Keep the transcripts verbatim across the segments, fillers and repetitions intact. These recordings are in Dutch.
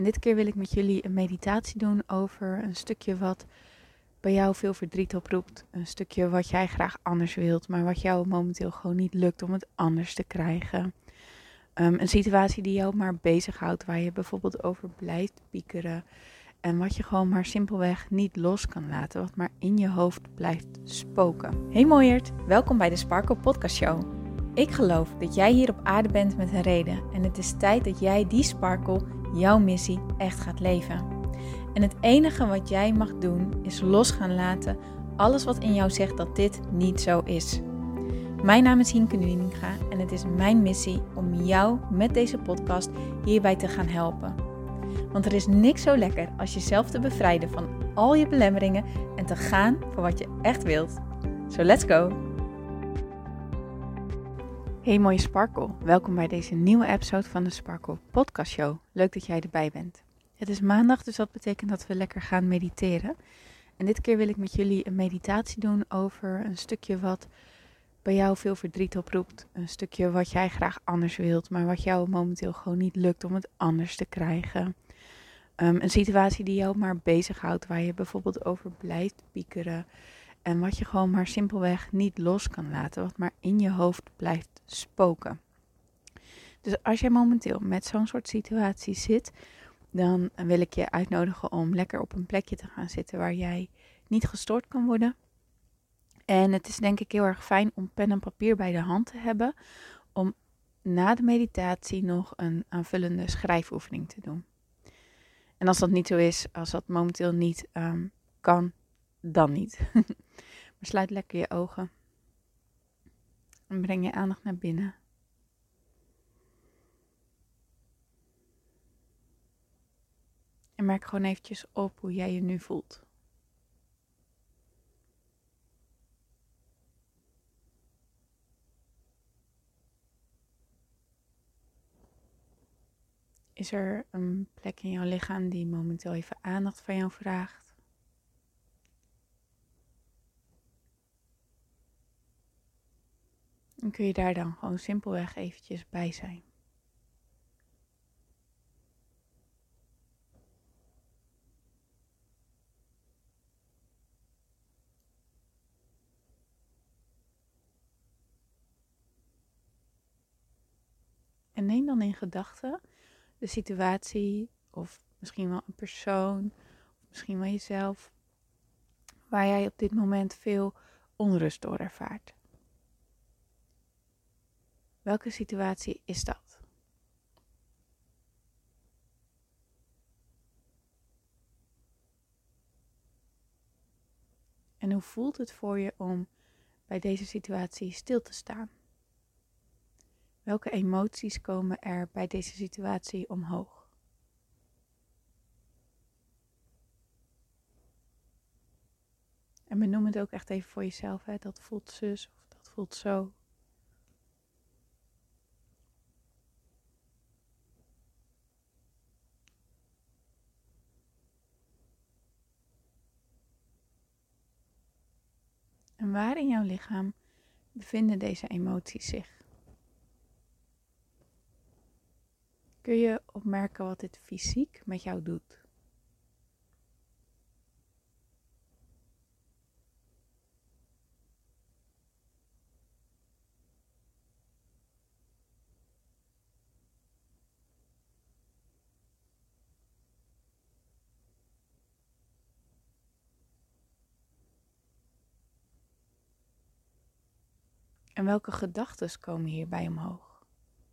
Dit keer wil ik met jullie een meditatie doen over een stukje wat bij jou veel verdriet oproept. Een stukje wat jij graag anders wilt, maar wat jou momenteel gewoon niet lukt om het anders te krijgen. Um, een situatie die jou maar bezighoudt, waar je bijvoorbeeld over blijft piekeren. En wat je gewoon maar simpelweg niet los kan laten, wat maar in je hoofd blijft spoken. Hey mooierd, welkom bij de Sparkle Podcast Show. Ik geloof dat jij hier op aarde bent met een reden en het is tijd dat jij die sparkle, jouw missie, echt gaat leven. En het enige wat jij mag doen is los gaan laten alles wat in jou zegt dat dit niet zo is. Mijn naam is Hienke Nuninga en het is mijn missie om jou met deze podcast hierbij te gaan helpen. Want er is niks zo lekker als jezelf te bevrijden van al je belemmeringen en te gaan voor wat je echt wilt. So let's go! Hey mooie Sparkle, welkom bij deze nieuwe episode van de Sparkle Podcast Show. Leuk dat jij erbij bent. Het is maandag, dus dat betekent dat we lekker gaan mediteren. En dit keer wil ik met jullie een meditatie doen over een stukje wat bij jou veel verdriet oproept. Een stukje wat jij graag anders wilt, maar wat jou momenteel gewoon niet lukt om het anders te krijgen. Um, een situatie die jou maar bezighoudt, waar je bijvoorbeeld over blijft piekeren. En wat je gewoon maar simpelweg niet los kan laten, wat maar in je hoofd blijft spoken. Dus als jij momenteel met zo'n soort situatie zit, dan wil ik je uitnodigen om lekker op een plekje te gaan zitten waar jij niet gestoord kan worden. En het is denk ik heel erg fijn om pen en papier bij de hand te hebben, om na de meditatie nog een aanvullende schrijfoefening te doen. En als dat niet zo is, als dat momenteel niet um, kan, dan niet. Maar sluit lekker je ogen en breng je aandacht naar binnen. En merk gewoon eventjes op hoe jij je nu voelt. Is er een plek in jouw lichaam die momenteel even aandacht van jou vraagt? En kun je daar dan gewoon simpelweg eventjes bij zijn? En neem dan in gedachten de situatie of misschien wel een persoon, of misschien wel jezelf, waar jij op dit moment veel onrust door ervaart. Welke situatie is dat? En hoe voelt het voor je om bij deze situatie stil te staan? Welke emoties komen er bij deze situatie omhoog? En benoem het ook echt even voor jezelf. Hè? Dat voelt zus of dat voelt zo. En waar in jouw lichaam bevinden deze emoties zich? Kun je opmerken wat dit fysiek met jou doet? En welke gedachten komen hierbij omhoog?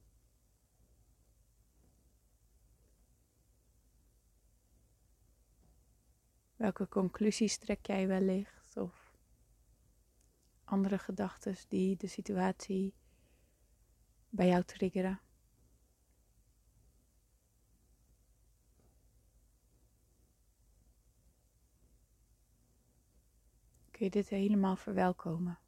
Welke conclusies trek jij wellicht? Of andere gedachten die de situatie bij jou triggeren? Kun je dit helemaal verwelkomen?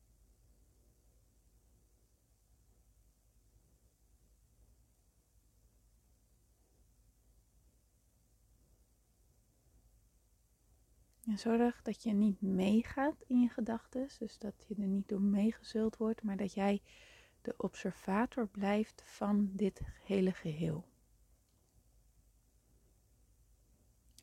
En zorg dat je niet meegaat in je gedachten, dus dat je er niet door meegezult wordt, maar dat jij de observator blijft van dit hele geheel.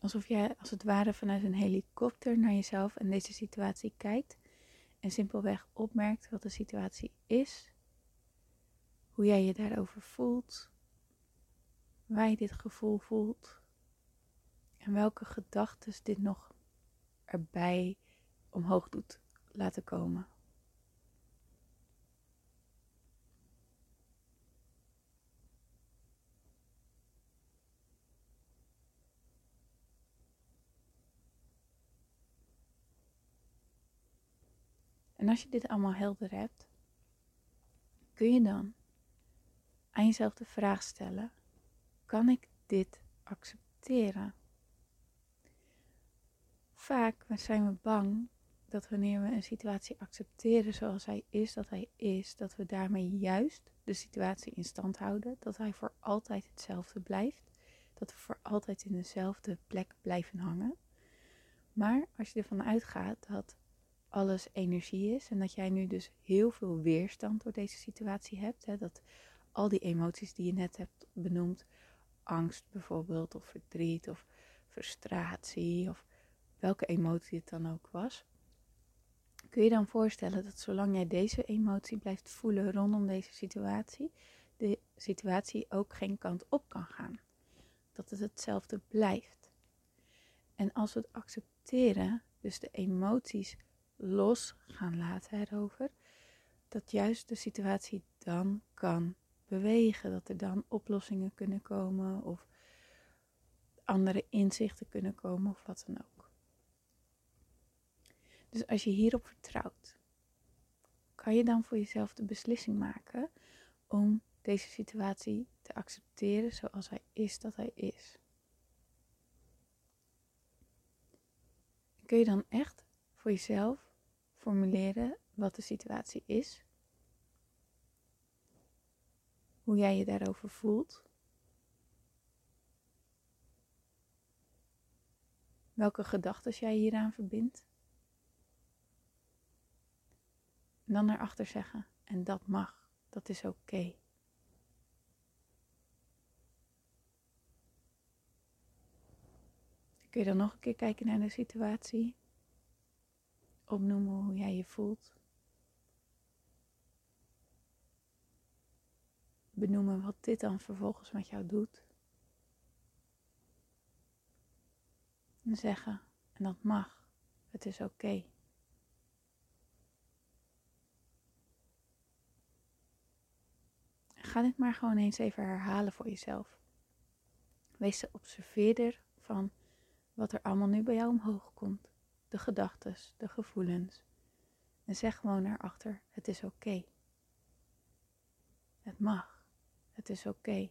Alsof jij als het ware vanuit een helikopter naar jezelf en deze situatie kijkt en simpelweg opmerkt wat de situatie is, hoe jij je daarover voelt, waar je dit gevoel voelt en welke gedachten dit nog erbij omhoog doet laten komen. En als je dit allemaal helder hebt, kun je dan aan jezelf de vraag stellen: kan ik dit accepteren? Vaak zijn we bang dat wanneer we een situatie accepteren zoals hij is, dat hij is, dat we daarmee juist de situatie in stand houden, dat hij voor altijd hetzelfde blijft, dat we voor altijd in dezelfde plek blijven hangen. Maar als je ervan uitgaat dat alles energie is en dat jij nu dus heel veel weerstand door deze situatie hebt, hè, dat al die emoties die je net hebt benoemd, angst bijvoorbeeld, of verdriet, of frustratie, of welke emotie het dan ook was, kun je dan voorstellen dat zolang jij deze emotie blijft voelen rondom deze situatie, de situatie ook geen kant op kan gaan. Dat het hetzelfde blijft. En als we het accepteren, dus de emoties los gaan laten erover, dat juist de situatie dan kan bewegen, dat er dan oplossingen kunnen komen of andere inzichten kunnen komen of wat dan ook. Dus als je hierop vertrouwt, kan je dan voor jezelf de beslissing maken om deze situatie te accepteren zoals hij is dat hij is. Kun je dan echt voor jezelf formuleren wat de situatie is, hoe jij je daarover voelt, welke gedachten jij hieraan verbindt. En dan erachter zeggen, en dat mag, dat is oké. Okay. Kun je dan nog een keer kijken naar de situatie, opnoemen hoe jij je voelt, benoemen wat dit dan vervolgens met jou doet. En zeggen, en dat mag, het is oké. Okay. Ga dit maar gewoon eens even herhalen voor jezelf. Wees de observeerder van wat er allemaal nu bij jou omhoog komt. De gedachten, de gevoelens. En zeg gewoon erachter, het is oké. Okay. Het mag, het is oké. Okay.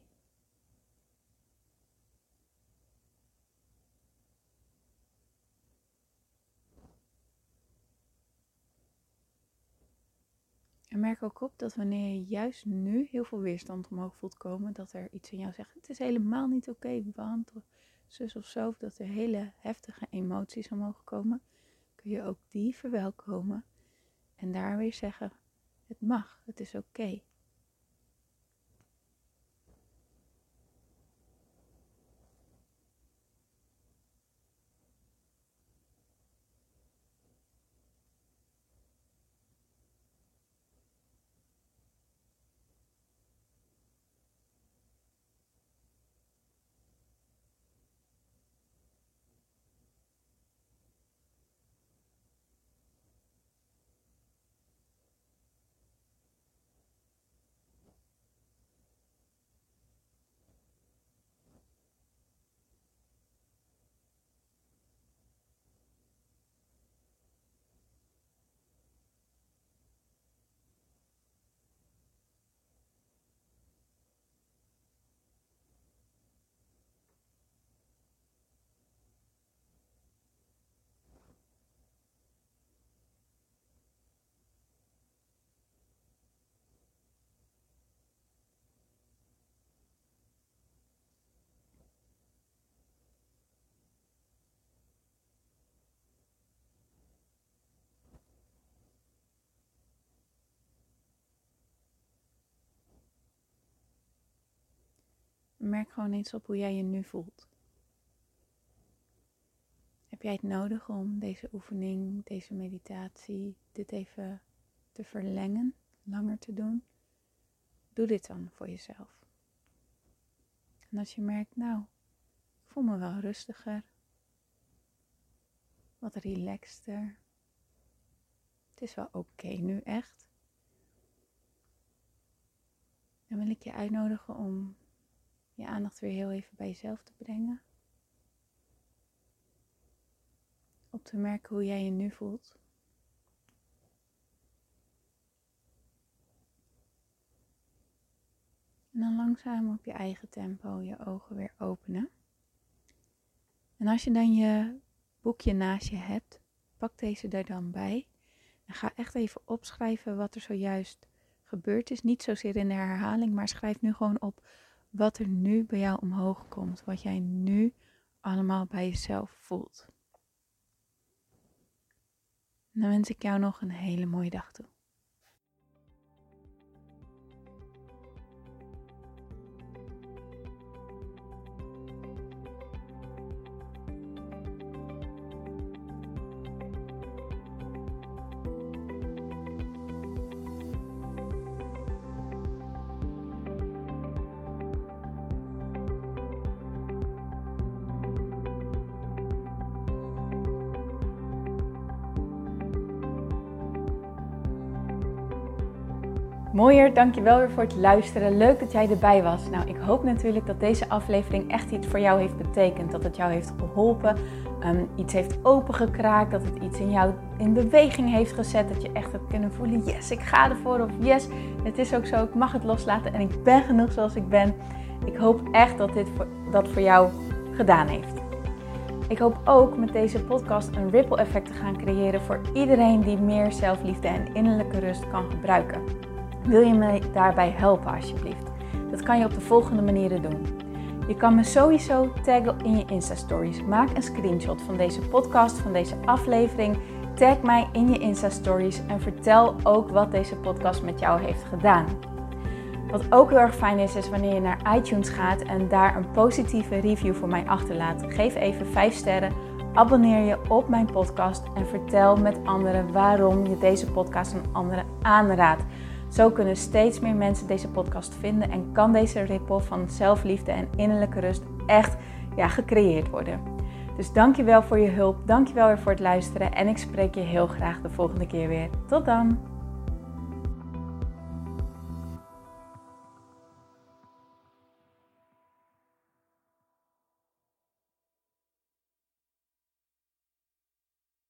En merk ook op dat wanneer je juist nu heel veel weerstand omhoog voelt komen, dat er iets in jou zegt, het is helemaal niet oké, okay, want zus of zo, of dat er hele heftige emoties omhoog komen, kun je ook die verwelkomen en daar weer zeggen, het mag, het is oké. Okay. Merk gewoon eens op hoe jij je nu voelt. jij het nodig om deze oefening, deze meditatie, dit even te verlengen, langer te doen? Doe dit dan voor jezelf. En als je merkt, nou, ik voel me wel rustiger, wat relaxter. Het is wel oké nu echt. Dan wil ik je uitnodigen om je aandacht weer heel even bij jezelf te brengen. Op te merken hoe jij je nu voelt. En dan langzaam op je eigen tempo je ogen weer openen. En als je dan je boekje naast je hebt, pak deze er dan bij. En ga echt even opschrijven wat er zojuist gebeurd is. Niet zozeer in de herhaling, maar schrijf nu gewoon op wat er nu bij jou omhoog komt. Wat jij nu allemaal bij jezelf voelt. En dan wens ik jou nog een hele mooie dag toe. Mooier, dankjewel weer voor het luisteren. Leuk dat jij erbij was. Nou, ik hoop natuurlijk dat deze aflevering echt iets voor jou heeft betekend. Dat het jou heeft geholpen, um, iets heeft opengekraakt, dat het iets in jou in beweging heeft gezet. Dat je echt hebt kunnen voelen, yes, ik ga ervoor. Of yes, het is ook zo, ik mag het loslaten en ik ben genoeg zoals ik ben. Ik hoop echt dat dit voor, dat voor jou gedaan heeft. Ik hoop ook met deze podcast een ripple effect te gaan creëren voor iedereen die meer zelfliefde en innerlijke rust kan gebruiken. Wil je me daarbij helpen alsjeblieft? Dat kan je op de volgende manieren doen. Je kan me sowieso taggen in je Insta-stories. Maak een screenshot van deze podcast, van deze aflevering. Tag mij in je Insta-stories en vertel ook wat deze podcast met jou heeft gedaan. Wat ook heel erg fijn is, is wanneer je naar iTunes gaat en daar een positieve review voor mij achterlaat. Geef even vijf sterren, abonneer je op mijn podcast en vertel met anderen waarom je deze podcast aan anderen aanraadt. Zo kunnen steeds meer mensen deze podcast vinden en kan deze ripple van zelfliefde en innerlijke rust echt ja, gecreëerd worden. Dus dankjewel voor je hulp, dankjewel weer voor het luisteren en ik spreek je heel graag de volgende keer weer. Tot dan!